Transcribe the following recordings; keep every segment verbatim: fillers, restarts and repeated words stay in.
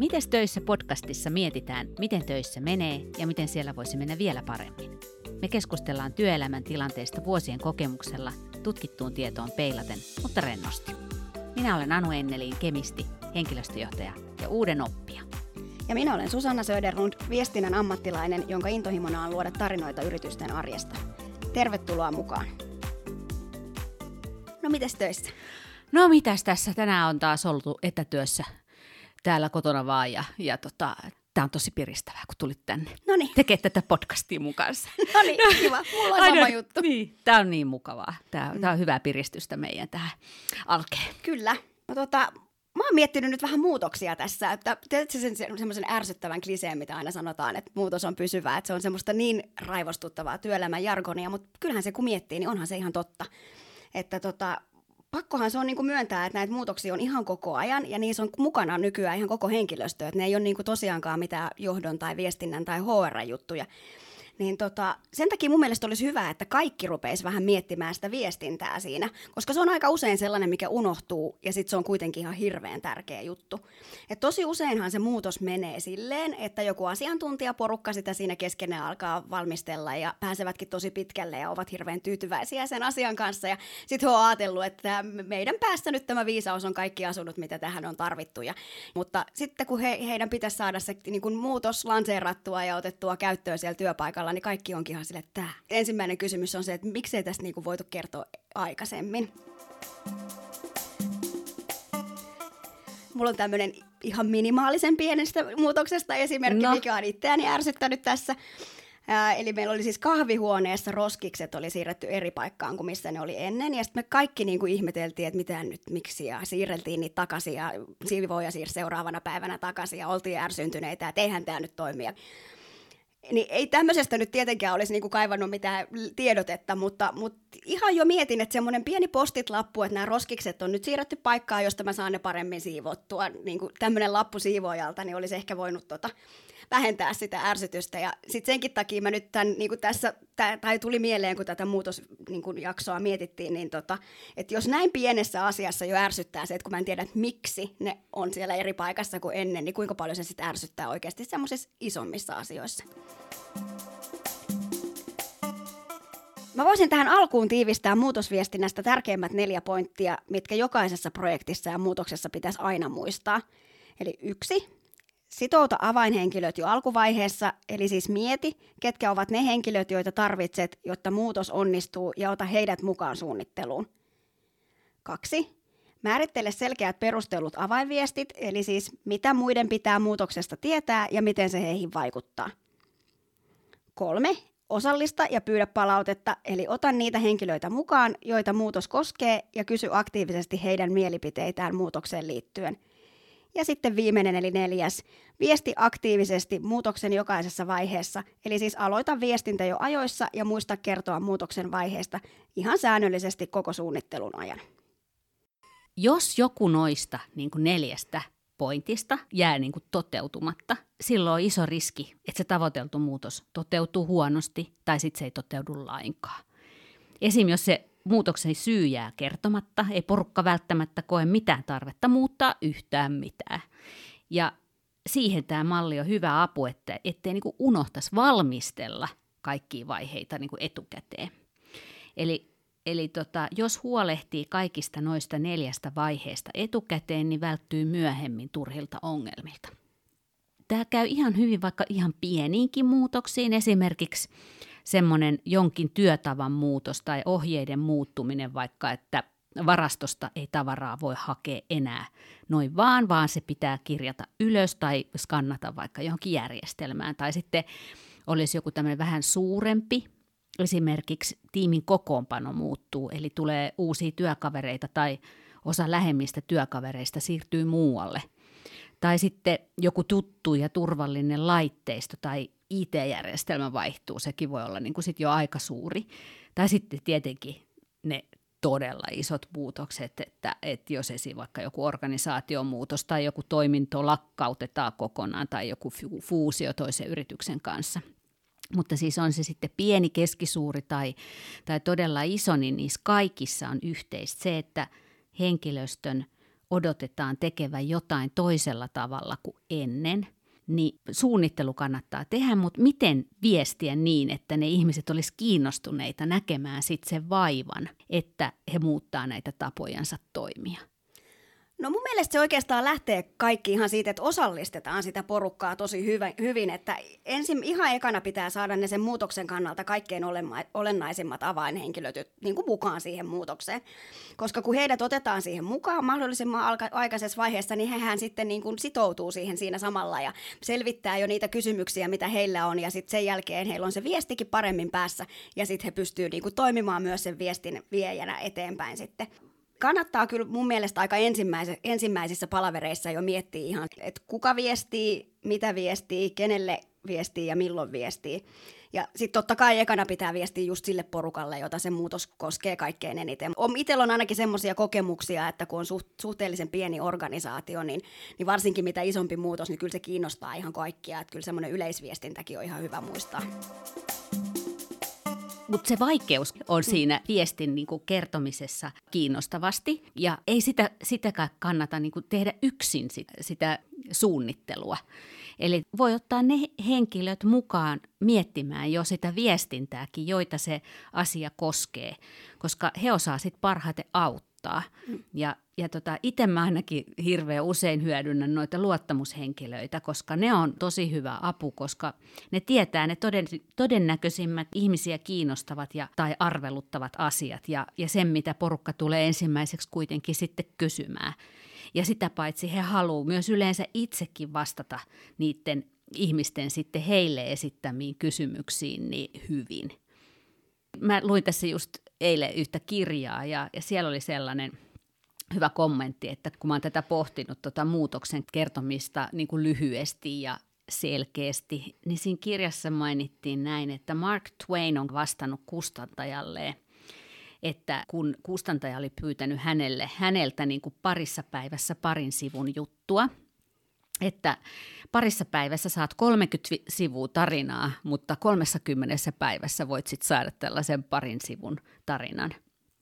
Mites töissä podcastissa mietitään, miten töissä menee ja miten siellä voisi mennä vielä paremmin. Me keskustellaan työelämän tilanteesta vuosien kokemuksella, tutkittuun tietoon peilaten, mutta rennosti. Minä olen Anu Ennelin, kemisti, henkilöstöjohtaja ja uuden oppija. Ja minä olen Susanna Söderlund, viestinnän ammattilainen, jonka intohimona on luoda tarinoita yritysten arjesta. Tervetuloa mukaan. No mites töissä? No mitäs tässä? Tänään on taas oltu etätyössä täällä kotona vaan ja, ja tota, tää on tosi piristävää, kun tulit tänne tekee tätä podcastia mun kanssa. No niin, kiva. Mulla on sama juttu. Niin, tää on niin mukavaa. Tää, mm. tää on hyvää piristystä meidän tähän alkeen. Kyllä. No tota, mä oon miettinyt nyt vähän muutoksia tässä. Että tiedätkö sen semmoisen ärsyttävän kliseen, mitä aina sanotaan, että muutos on pysyvää. Että se on semmoista niin raivostuttavaa työelämän jargonia, mutta kyllähän se kun miettii, niin onhan se ihan totta. Että tota... Pakkohan se on niinku myöntää, että näitä muutoksia on ihan koko ajan ja niissä on mukana nykyään ihan koko henkilöstö, että ne ei ole niinku tosiaankaan mitään johdon tai viestinnän tai H R-juttuja. Niin tota, sen takia mun mielestä olisi hyvä, että kaikki rupeisi vähän miettimään sitä viestintää siinä, koska se on aika usein sellainen, mikä unohtuu ja sitten se on kuitenkin ihan hirveän tärkeä juttu. Et tosi useinhan se muutos menee silleen, että joku asiantuntijaporukka sitä siinä keskenään alkaa valmistella ja pääsevätkin tosi pitkälle ja ovat hirveän tyytyväisiä sen asian kanssa. Ja sitten he on ajatellut, että meidän päässä nyt tämä viisaus on kaikki asunut, mitä tähän on tarvittu. Ja, mutta sitten kun he, heidän pitäisi saada se niin kun muutos lanseerattua ja otettua käyttöön siellä työpaikalla, niin kaikki onkin ihan sille, että tämä. Ensimmäinen kysymys on se, että miksei tästä niinku voitu kertoa aikaisemmin. Mulla on tämmöinen ihan minimaalisen pienestä muutoksesta esimerkki, no. mikä on itseäni ärsyttänyt tässä. Ää, eli meillä oli siis kahvihuoneessa roskikset oli siirretty eri paikkaan kuin missä ne oli ennen. Ja sitten me kaikki niinku ihmeteltiin, että mitä nyt, miksi, ja siirreltiin niitä takaisin ja siivoja siirsi seuraavana päivänä takaisin ja oltiin ärsyntyneitä, että eihän tämä nyt toimia. Niin ei tämmöisestä nyt tietenkään olisi niinku kaivannut mitään tiedotetta, mutta, mutta ihan jo mietin, että semmoinen pieni postit-lappu, että nämä roskikset on nyt siirretty paikkaan, josta mä saan ne paremmin siivottua. Niinku tämmöinen lappu siivoojalta, niin olisi ehkä voinut tota, vähentää sitä ärsytystä. Ja sitten senkin takia mä nyt tämän, niinku tässä, tää, tai tuli mieleen, kun tätä muutosjaksoa niinku mietittiin, niin tota, että jos näin pienessä asiassa jo ärsyttää se, että kun mä en tiedä, että miksi ne on siellä eri paikassa kuin ennen, niin kuinka paljon se sitten ärsyttää oikeasti semmoisissa isommissa asioissa. Mä voisin tähän alkuun tiivistää muutosviestinnästä tärkeimmät neljä pointtia, mitkä jokaisessa projektissa ja muutoksessa pitäisi aina muistaa. Eli yksi, sitouta avainhenkilöt jo alkuvaiheessa, eli siis mieti, ketkä ovat ne henkilöt, joita tarvitset, jotta muutos onnistuu ja ota heidät mukaan suunnitteluun. Kaksi, määrittele selkeät perustellut avainviestit, eli siis mitä muiden pitää muutoksesta tietää ja miten se heihin vaikuttaa. Kolme, osallista ja pyydä palautetta, eli ota niitä henkilöitä mukaan, joita muutos koskee, ja kysy aktiivisesti heidän mielipiteitään muutokseen liittyen. Ja sitten viimeinen eli neljäs, viesti aktiivisesti muutoksen jokaisessa vaiheessa, eli siis aloita viestintä jo ajoissa ja muista kertoa muutoksen vaiheesta ihan säännöllisesti koko suunnittelun ajan. Jos joku noista niin kuin neljästä pointista jää niin kuin toteutumatta, silloin on iso riski, että se tavoiteltu muutos toteutuu huonosti tai sitten se ei toteudu lainkaan. Esim. Jos se muutoksen syy jää kertomatta, ei porukka välttämättä koe mitään tarvetta muuttaa yhtään mitään. Ja siihen tämä malli on hyvä apu, että ettei niin kuin unohtaisi valmistella kaikkia vaiheita niin kuin etukäteen. Eli Eli tota, jos huolehtii kaikista noista neljästä vaiheesta etukäteen, niin välttyy myöhemmin turhilta ongelmilta. Tämä käy ihan hyvin vaikka ihan pieniinkin muutoksiin, esimerkiksi semmoinen jonkin työtavan muutos tai ohjeiden muuttuminen, vaikka että varastosta ei tavaraa voi hakea enää noin vaan, vaan se pitää kirjata ylös tai skannata vaikka johonkin järjestelmään. Tai sitten olisi joku tämmöinen vähän suurempi, esimerkiksi tiimin kokoonpano muuttuu, eli tulee uusia työkavereita tai osa lähemmistä työkavereista siirtyy muualle. Tai sitten joku tuttu ja turvallinen laitteisto tai I T-järjestelmä vaihtuu, sekin voi olla niin kuin sit jo aika suuri. Tai sitten tietenkin ne todella isot muutokset, että, että jos esim. Vaikka joku organisaatiomuutos tai joku toiminto lakkautetaan kokonaan tai joku fuusio toisen yrityksen kanssa. Mutta siis on se sitten pieni, keskisuuri tai, tai todella iso, niin niissä kaikissa on yhteistä se, että henkilöstön odotetaan tekevän jotain toisella tavalla kuin ennen, niin suunnittelu kannattaa tehdä, mutta miten viestiä niin, että ne ihmiset olisi kiinnostuneita näkemään sitten sen vaivan, että he muuttaa näitä tapojansa toimia? No mun mielestä se oikeastaan lähtee kaikki ihan siitä, että osallistetaan sitä porukkaa tosi hyvä, hyvin, että ensin ihan ekana pitää saada ne sen muutoksen kannalta kaikkein olennaisimmat avainhenkilöt niin kuin mukaan siihen muutokseen. Koska kun heidät otetaan siihen mukaan mahdollisimman alka- aikaisessa vaiheessa, niin hehän sitten niin kuin sitoutuu siihen siinä samalla ja selvittää jo niitä kysymyksiä, mitä heillä on, ja sitten sen jälkeen heillä on se viestikin paremmin päässä, ja sitten he pystyvät niin kuin toimimaan myös sen viestin viejänä eteenpäin sitten. Kannattaa kyllä mun mielestä aika ensimmäisissä palavereissa jo miettiä ihan, että kuka viestii, mitä viestii, kenelle viestii ja milloin viestii. Ja sitten totta kai ekana pitää viestiä just sille porukalle, jota se muutos koskee kaikkein eniten. Itsellä on ainakin semmoisia kokemuksia, että kun on suht, suhteellisen pieni organisaatio, niin, niin varsinkin mitä isompi muutos, niin kyllä se kiinnostaa ihan kaikkia. Että kyllä semmoinen yleisviestintäkin on ihan hyvä muistaa. Mutta se vaikeus on siinä viestin niinku kertomisessa kiinnostavasti, ja ei sitä, sitäkään kannata niinku tehdä yksin sitä, sitä suunnittelua. Eli voi ottaa ne henkilöt mukaan miettimään jo sitä viestintääkin, joita se asia koskee, koska he osaa sitten parhaiten auttaa. Ja, ja tota, itse mä ainakin hirveän usein hyödynnän noita luottamushenkilöitä, koska ne on tosi hyvä apu, koska ne tietää ne toden, todennäköisimmät ihmisiä kiinnostavat ja, tai arveluttavat asiat ja, ja sen, mitä porukka tulee ensimmäiseksi kuitenkin sitten kysymään. Ja sitä paitsi he haluavat myös yleensä itsekin vastata niiden ihmisten sitten heille esittämiin kysymyksiin niin hyvin. Mä luin tässä just eilen yhtä kirjaa ja, ja siellä oli sellainen hyvä kommentti, että kun mä oon tätä pohtinut tota muutoksen kertomista niin kuin lyhyesti ja selkeästi, niin siinä kirjassa mainittiin näin, että Mark Twain on vastannut kustantajalleen, että kun kustantaja oli pyytänyt hänelle, häneltä niin kuin parissa päivässä parin sivun juttua, että parissa päivässä saat kolmekymmentä sivua tarinaa, mutta kolmessakymmenessä päivässä voit sitten saada tällaisen parin sivun tarinan.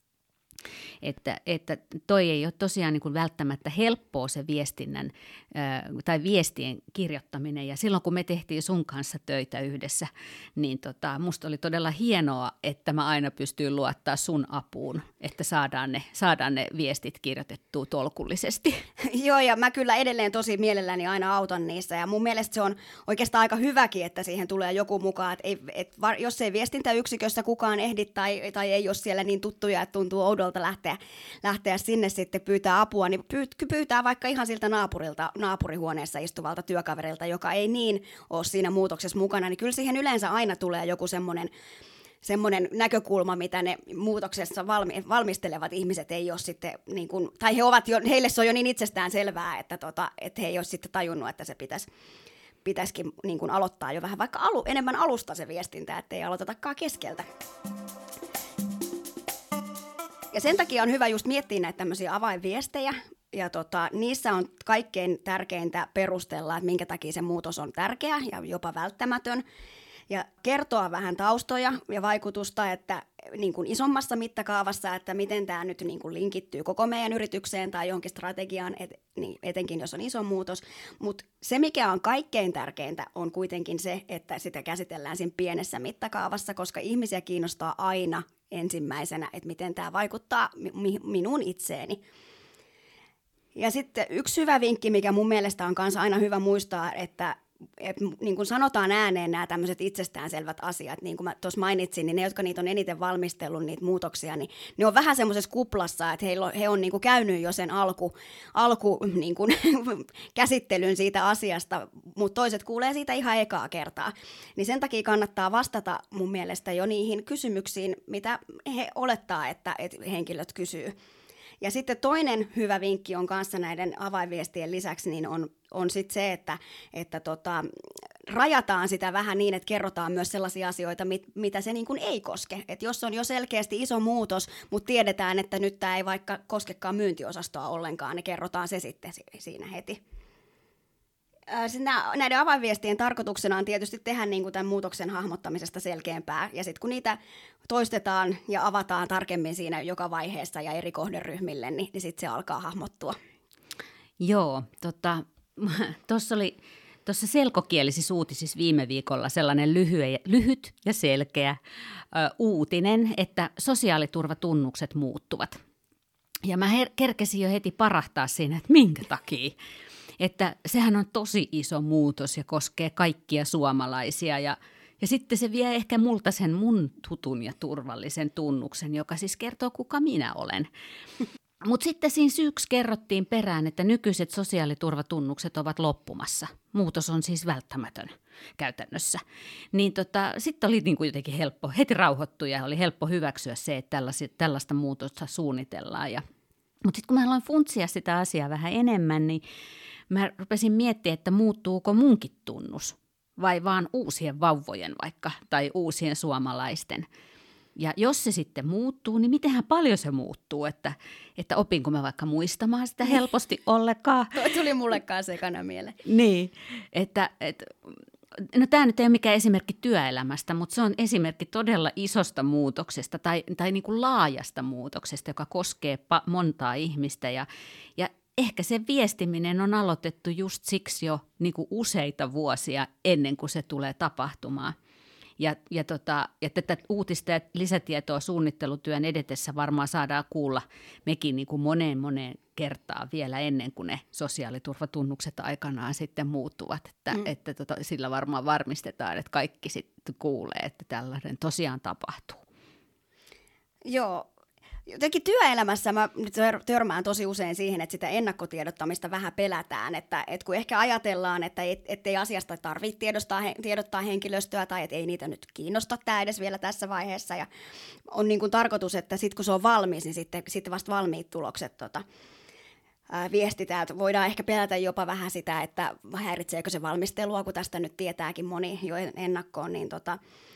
Että, että toi ei ole tosiaan niin kuin välttämättä helppoa se viestinnän ää, tai viestien kirjoittaminen. Ja silloin kun me tehtiin sun kanssa töitä yhdessä, niin tota, musta oli todella hienoa, että mä aina pystyin luottaa sun apuun, että saadaan ne, saadaan ne viestit kirjoitettua tolkullisesti. Joo, ja mä kyllä edelleen tosi mielelläni aina autan niissä. Ja mun mielestä se on oikeastaan aika hyväkin, että siihen tulee joku mukaan. Että ei, et, jos ei viestintäyksikössä kukaan ehdi tai, tai ei ole siellä niin tuttuja, että tuntuu oudolta lähteä, lähteä sinne sitten pyytää apua, niin pyytää vaikka ihan siltä naapurilta, naapurihuoneessa istuvalta työkaverilta, joka ei niin ole siinä muutoksessa mukana, niin kyllä siihen yleensä aina tulee joku semmoinen semmoinen näkökulma, mitä ne muutoksessa valmi, valmistelevat ihmiset ei ole sitten, niin kuin, tai he ovat jo, heille se on jo niin itsestään selvää, että, tota, että he ei ole sitten tajunnut, että se pitäisi pitäisikin niin kuin aloittaa jo vähän vaikka alu, enemmän alusta se viestintä, ettei aloitetakaan keskeltä. Ja sen takia on hyvä just miettiä näitä tämmöisiä avainviestejä, ja tota, niissä on kaikkein tärkeintä perustella, että minkä takia se muutos on tärkeä ja jopa välttämätön, ja kertoa vähän taustoja ja vaikutusta, että niin kuin isommassa mittakaavassa, että miten tämä nyt niin kuin linkittyy koko meidän yritykseen tai johonkin strategiaan, et, niin etenkin jos on iso muutos. Mutta se, mikä on kaikkein tärkeintä, on kuitenkin se, että sitä käsitellään siinä pienessä mittakaavassa, koska ihmisiä kiinnostaa aina ensimmäisenä, että miten tämä vaikuttaa mi- minuun itseeni. Ja sitten yksi hyvä vinkki, mikä mun mielestä on kanssa aina hyvä muistaa, että Et, niin kuin sanotaan ääneen nämä tämmöiset itsestäänselvät asiat, niin kuin mä tuossa mainitsin, niin ne, jotka niitä on eniten valmistellut, niitä muutoksia, niin ne on vähän semmoisessa kuplassa, että heillä on, he on niin kuin käynyt jo sen alku, alku niin kuin, käsittelyn siitä asiasta, mutta toiset kuulee siitä ihan ekaa kertaa. Niin sen takia kannattaa vastata mun mielestä jo niihin kysymyksiin, mitä he olettaa, että, että henkilöt kysyy. Ja sitten toinen hyvä vinkki on kanssa näiden avainviestien lisäksi, niin on, on sitten se, että, että tota, rajataan sitä vähän niin, että kerrotaan myös sellaisia asioita, mit, mitä se niin kuin ei koske. Et jos on jo selkeästi iso muutos, mutta tiedetään, että nyt tämä ei vaikka koskekaan myyntiosastoa ollenkaan, niin kerrotaan se sitten siinä heti. Näiden avainviestien tarkoituksena on tietysti tehdä niin kuin tämän muutoksen hahmottamisesta selkeämpää, ja sitten kun niitä toistetaan ja avataan tarkemmin siinä joka vaiheessa ja eri kohderyhmille, niin, niin sitten se alkaa hahmottua. Joo, tota, tuossa oli tuossa selkokielisissä uutisissa viime viikolla sellainen lyhy- lyhyt ja selkeä ö, uutinen, että sosiaaliturvatunnukset muuttuvat. Ja mä her- kerkesin jo heti parahtaa siinä, että minkä takia. Että sehän on tosi iso muutos ja koskee kaikkia suomalaisia ja Ja sitten se vie ehkä multa sen mun tutun ja turvallisen tunnuksen, joka siis kertoo, kuka minä olen. Mutta sitten siinä syyksi kerrottiin perään, että nykyiset sosiaaliturvatunnukset ovat loppumassa. Muutos on siis välttämätön käytännössä. Niin tota, sitten oli niin kuin jotenkin helppo, heti rauhoittua ja oli helppo hyväksyä se, että tällaista muutosta suunnitellaan. Ja, mutta sitten kun mä aloin funtsia sitä asiaa vähän enemmän, niin mä rupesin miettimään, että muuttuuko munkin tunnus. Vai vaan uusien vauvojen vaikka, tai uusien suomalaisten. Ja jos se sitten muuttuu, niin mitenhän paljon se muuttuu, että, että opinko mä vaikka muistamaan sitä helposti ollenkaan. Tuli mullekaan sekana mieleen. Niin, että, että no tämä nyt ei ole mikään esimerkki työelämästä, mutta se on esimerkki todella isosta muutoksesta tai, tai niin kuin laajasta muutoksesta, joka koskee pa- montaa ihmistä ja, ja ehkä se viestiminen on aloitettu just siksi jo niin kuin useita vuosia ennen kuin se tulee tapahtumaan. Ja, ja, tota, ja tätä uutista ja lisätietoa suunnittelutyön edetessä varmaan saadaan kuulla mekin niin kuin moneen moneen kertaan vielä ennen kuin ne sosiaaliturvatunnukset aikanaan sitten muuttuvat. Että, mm. että tota, sillä varmaan varmistetaan, että kaikki sitten kuulee, että tällainen tosiaan tapahtuu. Joo. Jotenkin työelämässä mä nyt törmään tosi usein siihen, että sitä ennakkotiedottamista vähän pelätään, että, että kun ehkä ajatellaan, että et, ettei asiasta tarvitse tiedostaa, tiedottaa henkilöstöä tai että ei niitä nyt kiinnosta tämä edes vielä tässä vaiheessa ja on niin kuin tarkoitus, että sitten kun se on valmis, niin sitten, sitten vasta valmiit tulokset tota, ää, viestitään, että voidaan ehkä pelätä jopa vähän sitä, että häiritseekö se valmistelua, kun tästä nyt tietääkin moni jo ennakkoon, niin tota,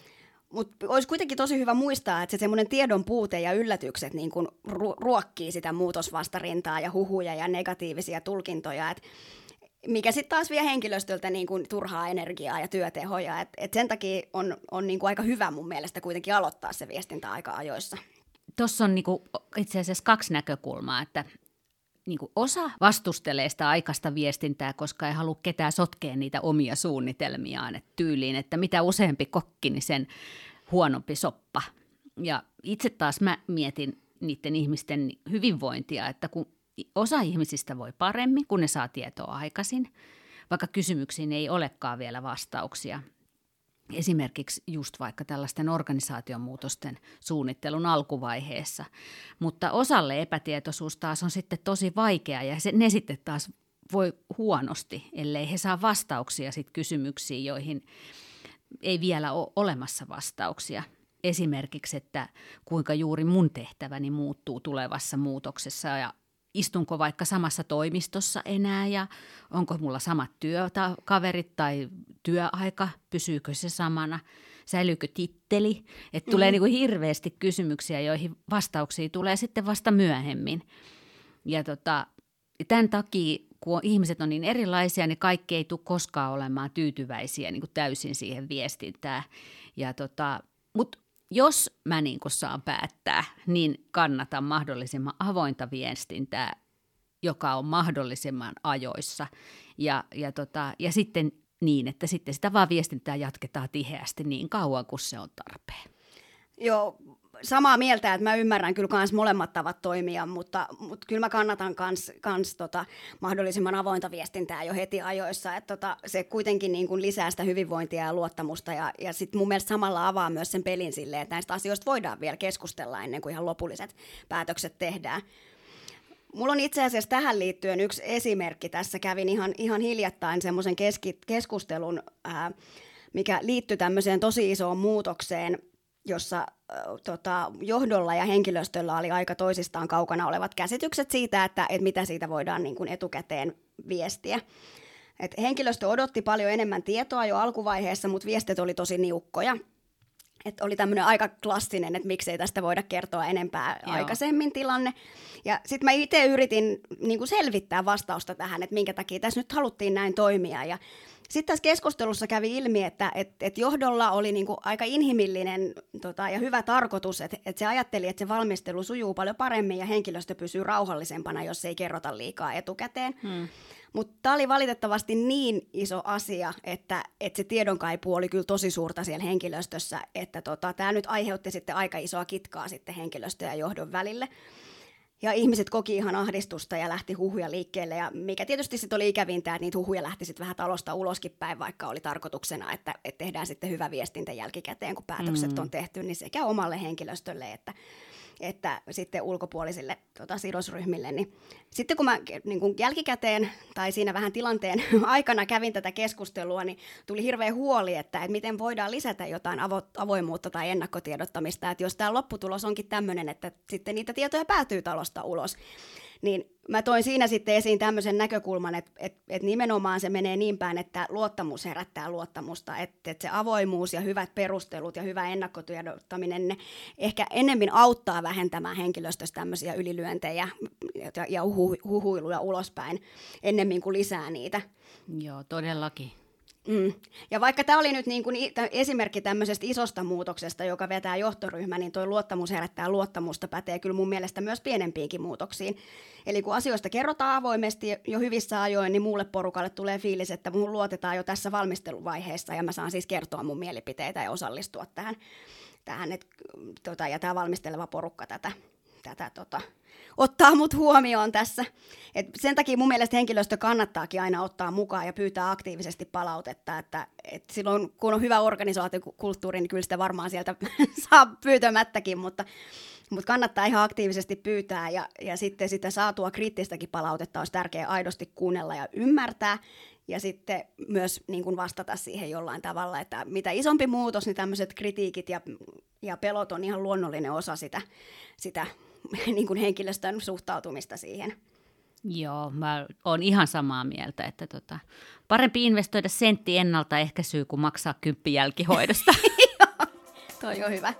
mutta olisi kuitenkin tosi hyvä muistaa, että se semmoinen tiedon puute ja yllätykset niin kun ruokkii sitä muutosvastarintaa ja huhuja ja negatiivisia tulkintoja, et mikä sitten taas vie henkilöstöltä niin kun turhaa energiaa ja työtehoja. Et, et sen takia on, on niin kun aika hyvä mun mielestä kuitenkin aloittaa se viestintä aika ajoissa. Tuossa on niin kun itse asiassa kaksi näkökulmaa, että niin kuin osa vastustelee sitä aikaista viestintää, koska ei halua ketään sotkea niitä omia suunnitelmiaan et tyyliin, että mitä useampi kokki, niin sen huonompi soppa. Ja itse taas mä mietin niiden ihmisten hyvinvointia, että kun osa ihmisistä voi paremmin, kun ne saa tietoa aikaisin, vaikka kysymyksiin ei olekaan vielä vastauksia. Esimerkiksi just vaikka tällaisten organisaatiomuutosten suunnittelun alkuvaiheessa. Mutta osalle epätietoisuus taas on sitten tosi vaikea ja se, ne sitten taas voi huonosti, ellei he saa vastauksia sit kysymyksiin, joihin ei vielä ole olemassa vastauksia. Esimerkiksi, että kuinka juuri mun tehtäväni muuttuu tulevassa muutoksessa ja istunko vaikka samassa toimistossa enää ja onko mulla samat työkaverit tai työaika, pysyykö se samana, säilyykö titteli. Että tulee mm. niin kuin hirveästi kysymyksiä, joihin vastauksia tulee sitten vasta myöhemmin. Ja tota, tämän takia, kun ihmiset on niin erilaisia, niin kaikki ei tule koskaan olemaan tyytyväisiä niin kuin täysin siihen viestintään. Ja tota, mutta jos mä niin kuin saan päättää, niin kannatan mahdollisimman avointa viestintää, joka on mahdollisimman ajoissa. Ja, ja, tota, ja sitten niin, että sitten sitä vaan viestintää jatketaan tiheästi niin kauan, kuin se on tarpeen. Joo, samaa mieltä, että mä ymmärrän kyllä kans molemmat tavat toimia, mutta, mutta kyllä mä kannatan kans, kans tota, mahdollisimman avointa viestintää jo heti ajoissa, että tota, se kuitenkin niin kuin lisää sitä hyvinvointia ja luottamusta ja, ja sitten mun mielestä samalla avaa myös sen pelin silleen, että näistä asioista voidaan vielä keskustella ennen kuin ihan lopulliset päätökset tehdään. Mulla on itse asiassa tähän liittyen yksi esimerkki. Tässä kävin ihan, ihan hiljattain semmoisen keski, keskustelun, ää, mikä liittyi tämmöiseen tosi isoon muutokseen, jossa äh, tota, johdolla ja henkilöstöllä oli aika toisistaan kaukana olevat käsitykset siitä, että et mitä siitä voidaan niin kuin etukäteen viestiä. Et henkilöstö odotti paljon enemmän tietoa jo alkuvaiheessa, mutta viestit oli tosi niukkoja. Et oli tämmöinen aika klassinen, että miksei tästä voida kertoa enempää Joo. aikaisemmin tilanne. Ja sitten mä itse yritin niin kuin selvittää vastausta tähän, että minkä takia tässä nyt haluttiin näin toimia. Ja, sitten tässä keskustelussa kävi ilmi, että et, et johdolla oli niinku aika inhimillinen tota, ja hyvä tarkoitus, että et se ajatteli, että se valmistelu sujuu paljon paremmin ja henkilöstö pysyy rauhallisempana, jos ei kerrota liikaa etukäteen. Hmm. Mutta tämä oli valitettavasti niin iso asia, että, että se tiedonkaipuu oli kyllä tosi suurta siellä henkilöstössä, että tota, tämä nyt aiheutti sitten aika isoa kitkaa sitten henkilöstö ja johdon välille. Ja ihmiset koki ihan ahdistusta ja lähti huhuja liikkeelle, ja mikä tietysti sitten oli ikävintä, että niitä huhuja lähti sitten vähän talosta uloskin päin, vaikka oli tarkoituksena, että, että tehdään sitten hyvä viestintä jälkikäteen, kun päätökset mm. on tehty, niin sekä omalle henkilöstölle että, että sitten ulkopuolisille tota, sidosryhmille. Niin, sitten kun mä niin kun jälkikäteen tai siinä vähän tilanteen aikana kävin tätä keskustelua, niin tuli hirveä huoli, että, että miten voidaan lisätä jotain avo- avoimuutta tai ennakkotiedottamista, että jos tämä lopputulos onkin tämmöinen, että sitten niitä tietoja päätyy talosta ulos, niin mä toin siinä sitten esiin tämmöisen näkökulman, että, että, että nimenomaan se menee niin päin, että luottamus herättää luottamusta, että, että se avoimuus ja hyvät perustelut ja hyvä ennakkotiedottaminen, ne ehkä enemmän auttaa vähentämään henkilöstöstä tämmöisiä ylilyöntejä ja, ja huhu, huhuiluja ulospäin ennemmin kuin lisää niitä. Joo, todellakin. Mm. Ja vaikka tämä oli nyt niin kuin esimerkki tämmöisestä isosta muutoksesta, joka vetää johtoryhmä, niin tuo luottamus herättää luottamusta pätee kyllä mun mielestä myös pienempiinkin muutoksiin. Eli kun asioista kerrotaan avoimesti jo hyvissä ajoin, niin muulle porukalle tulee fiilis, että mun luotetaan jo tässä valmisteluvaiheessa ja mä saan siis kertoa mun mielipiteitä ja osallistua tähän. tähän et, tota, ja tämä valmisteleva porukka tätä, tätä tota, ottaa mut huomioon tässä. Et sen takia mun mielestä henkilöstö kannattaakin aina ottaa mukaan ja pyytää aktiivisesti palautetta, että et silloin kun on hyvä organisaatiokulttuuri, niin kyllä sitä varmaan sieltä saa pyytämättäkin, mutta, mutta kannattaa ihan aktiivisesti pyytää ja, ja sitten sitä saatua kriittistäkin palautetta olisi tärkeää aidosti kuunnella ja ymmärtää. Ja sitten myös niin kuin vastata siihen jollain tavalla, että mitä isompi muutos, niin tämmöiset kritiikit ja, ja pelot on ihan luonnollinen osa sitä, sitä niin kuin henkilöstön suhtautumista siihen. Joo, mä oon ihan samaa mieltä, että tota, parempi investoida sentti ennaltaehkäisyyn kuin maksaa kymppi jälkihoidosta. Joo, toi on hyvä.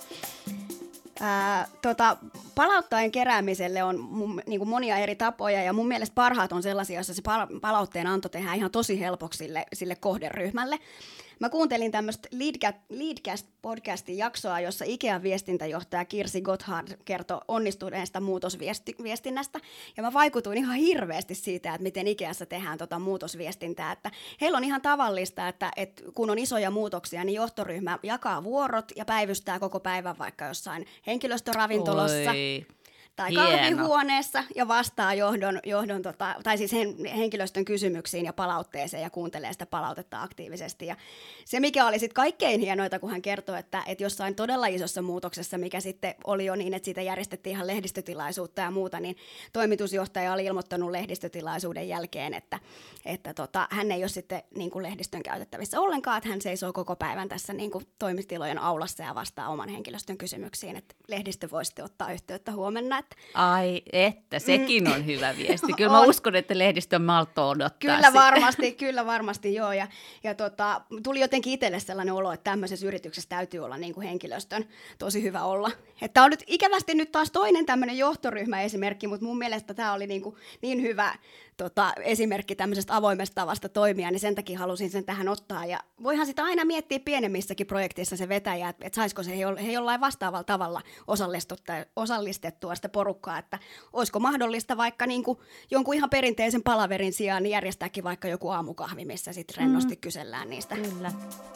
Ää, tota, palautteen keräämiselle on mun, niin kuin monia eri tapoja ja mun mielestä parhaat on sellaisia, joissa se palautteen anto tehdään ihan tosi helpoksi sille, sille kohderyhmälle. Mä kuuntelin tämmöistä Leadcast-podcastin jaksoa, jossa Ikean viestintäjohtaja Kirsi Gotthard kertoi onnistuneesta muutosviestinnästä. Ja mä vaikutuin ihan hirveästi siitä, että miten Ikeassa tehdään tota muutosviestintää. Että heillä on ihan tavallista, että, että kun on isoja muutoksia, niin johtoryhmä jakaa vuorot ja päivystää koko päivän vaikka jossain henkilöstöravintolassa. Oi. Tai Hieno. Kahvihuoneessa ja vastaa johdon, johdon tota, tai siis henkilöstön kysymyksiin ja palautteeseen ja kuuntelee sitä palautetta aktiivisesti. Ja se, mikä oli sitten kaikkein hienoita, kun hän kertoi, että, että jossain todella isossa muutoksessa, mikä sitten oli jo niin, että siitä järjestettiin ihan lehdistötilaisuutta ja muuta, niin toimitusjohtaja oli ilmoittanut lehdistötilaisuuden jälkeen, että, että tota, hän ei ole sitten niin kuin lehdistön käytettävissä ollenkaan, että hän seisoo koko päivän tässä niin kuin toimistilojen aulassa ja vastaa oman henkilöstön kysymyksiin, että lehdistö voi sitten ottaa yhteyttä huomenna. Ai, että sekin on hyvä viesti. Kyllä mä on. uskon, että lehdistön maltto odottaa Kyllä sitä. varmasti, kyllä varmasti, joo. Ja, ja tota, tuli jotenkin itselle sellainen olo, että tämmöisessä yrityksessä täytyy olla niin kuin henkilöstön tosi hyvä olla. Tämä on nyt ikävästi nyt taas toinen tämmöinen johtoryhmäesimerkki, mutta mun mielestä tämä oli niin, kuin niin hyvä tota, esimerkki tämmöisestä avoimesta tavasta toimia, niin sen takia halusin sen tähän ottaa. Ja voihan sitä aina miettiä pienemmissäkin projekteissa se vetäjä, että, että saisiko se he jollain vastaavalla tavalla osallistettua sitä porukkaa, että olisiko mahdollista vaikka niin kuin jonkun ihan perinteisen palaverin sijaan niin järjestääkin vaikka joku aamukahvi, missä sitten rennosti mm. kysellään niistä. Kyllä.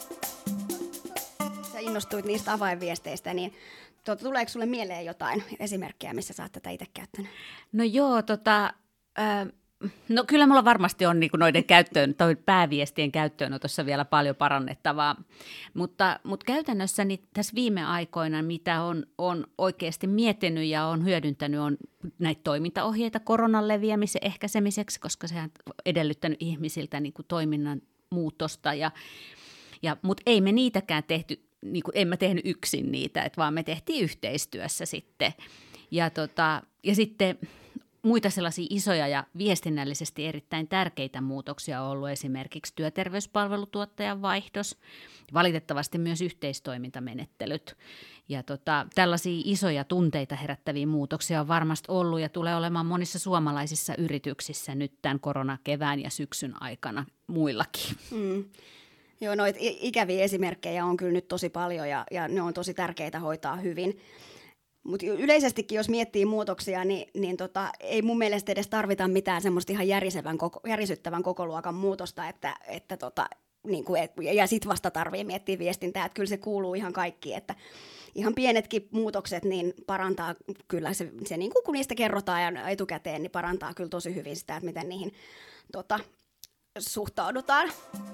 Sä innostuit niistä avainviesteistä, niin tuota, tuleeko sulle mieleen jotain esimerkkejä, missä sä oot tätä itse käyttänyt? No joo, tota... Äh... No kyllä mulla varmasti on niin kuin noiden käyttöön, toi pääviestien käyttöönotossa vielä paljon parannettavaa, mutta, mutta käytännössä niin tässä viime aikoina, mitä on, on oikeasti miettinyt ja on hyödyntänyt, on näitä toimintaohjeita koronan leviämisen ehkäisemiseksi, koska sehän on edellyttänyt ihmisiltä niin kuin toiminnan muutosta, ja, ja, mutta ei me niitäkään tehty, niin kuin, en mä tehnyt yksin niitä, että vaan me tehtiin yhteistyössä sitten, ja, tota, ja sitten Muita sellaisia isoja ja viestinnällisesti erittäin tärkeitä muutoksia on ollut esimerkiksi työterveyspalvelutuottajan vaihdos, valitettavasti myös yhteistoimintamenettelyt. Ja tota, tällaisia isoja tunteita herättäviä muutoksia on varmasti ollut ja tulee olemaan monissa suomalaisissa yrityksissä nyt tämän koronakevään ja syksyn aikana muillakin. Mm. Joo, noita ikäviä esimerkkejä on kyllä nyt tosi paljon ja, ja ne on tosi tärkeitä hoitaa hyvin. Mutta yleisestikin, jos miettii muutoksia, niin, niin tota, ei mun mielestä edes tarvita mitään semmoista ihan koko, järisyttävän kokoluokan muutosta, että, että tota, niin kuin, et, ja sitten vasta tarvii miettiä viestintää, että kyllä se kuuluu ihan kaikki, että ihan pienetkin muutokset niin parantaa kyllä, se, se niin kuin kun niistä kerrotaan ja etukäteen, niin parantaa kyllä tosi hyvin sitä, että miten niihin tota, suhtaudutaan.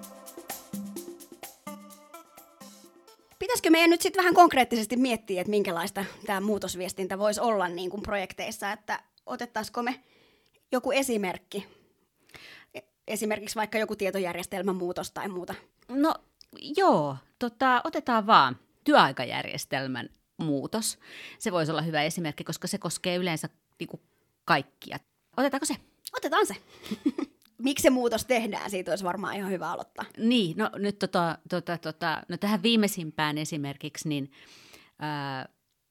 Pitäisikö meidän nyt sitten vähän konkreettisesti miettiä, että minkälaista tämä muutosviestintä voisi olla niin kuin projekteissa, että otettaisiko me joku esimerkki, esimerkiksi vaikka joku tietojärjestelmän muutos tai muuta? No joo, tota, otetaan vaan työaikajärjestelmän muutos. Se voisi olla hyvä esimerkki, koska se koskee yleensä niin kuin kaikkia. Otetaanko se? Otetaan se. Miksi se muutos tehdään? Siitä olisi varmaan ihan hyvä aloittaa. Niin, no nyt tota, tota, tota, no tähän viimeisimpään esimerkiksi, niin ää,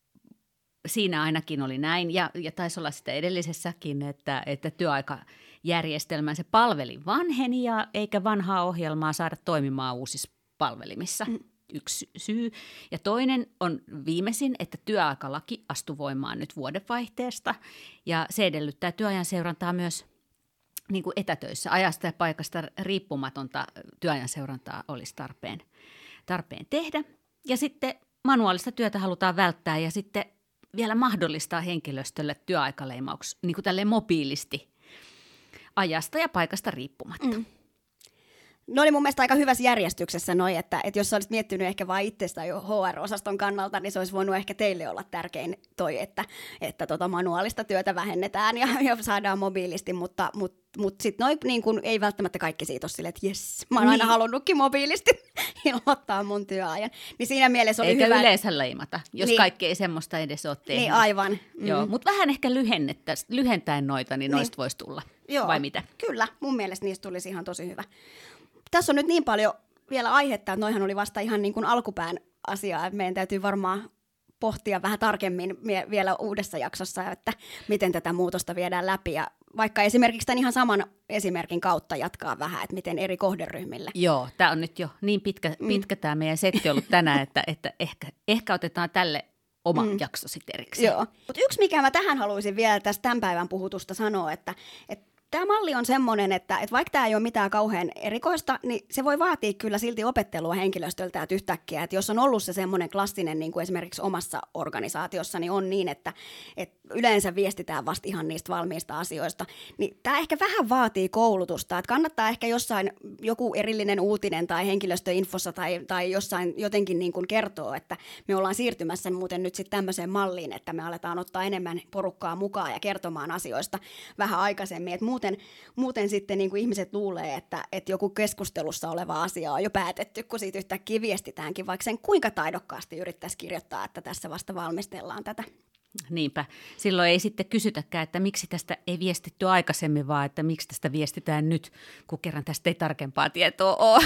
siinä ainakin oli näin, ja, ja taisi olla sitä edellisessäkin, että, että työaikajärjestelmä se palveli vanhenia, eikä vanhaa ohjelmaa saada toimimaan uusissa palvelimissa. Mm. Yksi syy. Ja toinen on viimeisin, että työaikalaki astui voimaan nyt vuodenvaihteesta, ja se edellyttää työajan seurantaa myös niin kuin etätöissä. Ajasta ja paikasta riippumatonta työajan seurantaa olisi tarpeen, tarpeen tehdä. Ja sitten manuaalista työtä halutaan välttää ja sitten vielä mahdollistaa henkilöstölle työaikaleimauksia niin kuin tälleen mobiilisti ajasta ja paikasta riippumatta. Mm. Ne oli mun mielestä aika hyvässä järjestyksessä noi, että, että jos sä olisit miettinyt ehkä vain itsestä jo H R-osaston kannalta, niin se olisi voinut ehkä teille olla tärkein toi, että, että tota manuaalista työtä vähennetään ja, ja saadaan mobiilisti, mutta, mutta, mutta sitten noi niin kun, ei välttämättä kaikki siitä ole silleen, että jes, mä oon niin. aina halunnutkin mobiilisti ilmoittaa mun työajan. Niin siinä mielessä oli Eikä hyvä. Eikä yleensä leimata, jos niin. kaikki ei semmoista edes ole tehnyt. Niin aivan. Mm. Joo, mutta vähän ehkä lyhentäen noita, niin noista niin. voisi tulla, Joo, vai mitä? Kyllä, mun mielestä niistä tulisi ihan tosi hyvä. Tässä on nyt niin paljon vielä aihetta, että noihan oli vasta ihan niin kuin alkupään asiaa. Meidän täytyy varmaan pohtia vähän tarkemmin vielä uudessa jaksossa, että miten tätä muutosta viedään läpi. Ja vaikka esimerkiksi tämän ihan saman esimerkin kautta jatkaa vähän, että miten eri kohderyhmille. Joo, tämä on nyt jo niin pitkä, pitkä tämä meidän setti ollut tänään, että, että ehkä, ehkä otetaan tälle oma mm. jakso sitten erikseen. Joo. Mutta yksi, mikä mä tähän haluaisin vielä tästä tämän päivän puhutusta sanoa, että, että tämä malli on semmoinen, että, että vaikka tämä ei ole mitään kauhean erikoista, niin se voi vaatia kyllä silti opettelua henkilöstöltä, että yhtäkkiä, että jos on ollut se semmoinen klassinen, niin kuin esimerkiksi omassa organisaatiossa, niin on niin, että, että yleensä viestitään vasta ihan niistä valmiista asioista, niin tämä ehkä vähän vaatii koulutusta, että kannattaa ehkä jossain joku erillinen uutinen tai henkilöstöinfossa tai, tai jossain jotenkin niin kuin kertoo, että me ollaan siirtymässä muuten nyt sitten tämmöiseen malliin, että me aletaan ottaa enemmän porukkaa mukaan ja kertomaan asioista vähän aikaisemmin, että muuten, muuten sitten niin kuin ihmiset luulee, että, että joku keskustelussa oleva asia on jo päätetty, kun siitä yhtäkkiä viestitäänkin, vaikka sen kuinka taidokkaasti yrittäisi kirjoittaa, että tässä vasta valmistellaan tätä. Niinpä. Silloin ei sitten kysytäkään, että miksi tästä ei viestitty aikaisemmin, vaan että miksi tästä viestitään nyt, kun kerran tästä ei tarkempaa tietoa ole.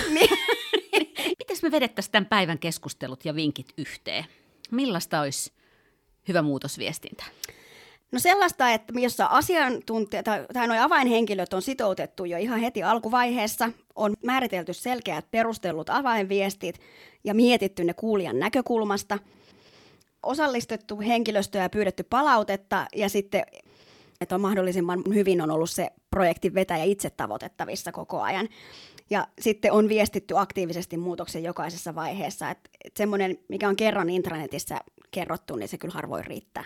Mites me vedettäisiin tämän päivän keskustelut ja vinkit yhteen? Millaista olisi hyvä muutosviestintä? No sellaista, että jossa asiantuntijat tai nuo avainhenkilöt on sitoutettu jo ihan heti alkuvaiheessa, on määritelty selkeät perustellut avainviestit ja mietitty ne kuulijan näkökulmasta, osallistettu henkilöstöä ja pyydetty palautetta ja sitten, että on mahdollisimman hyvin on ollut se projektin vetäjä itse tavoitettavissa koko ajan. Ja sitten on viestitty aktiivisesti muutoksen jokaisessa vaiheessa, että, että semmoinen, mikä on kerran intranetissä kerrottu, niin se kyllä harvoin riittää.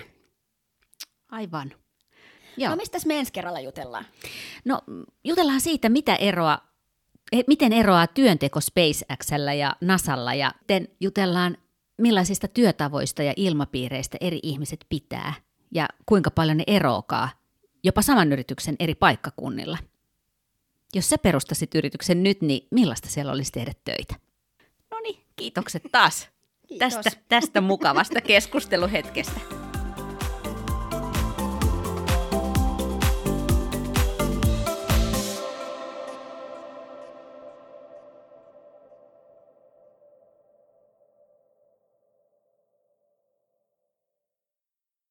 Aivan. Joo. No mistäs me ensi kerralla jutellaan? No jutellaan siitä, mitä eroa, miten eroaa työnteko SpaceX:llä ja NASAlla ja sitten jutellaan, millaisista työtavoista ja ilmapiireistä eri ihmiset pitää ja kuinka paljon ne eroakaan jopa saman yrityksen eri paikkakunnilla. Jos sä perustasit yrityksen nyt, niin millaista siellä olisi tehdä töitä? No niin, kiitokset taas tästä, tästä mukavasta keskusteluhetkestä.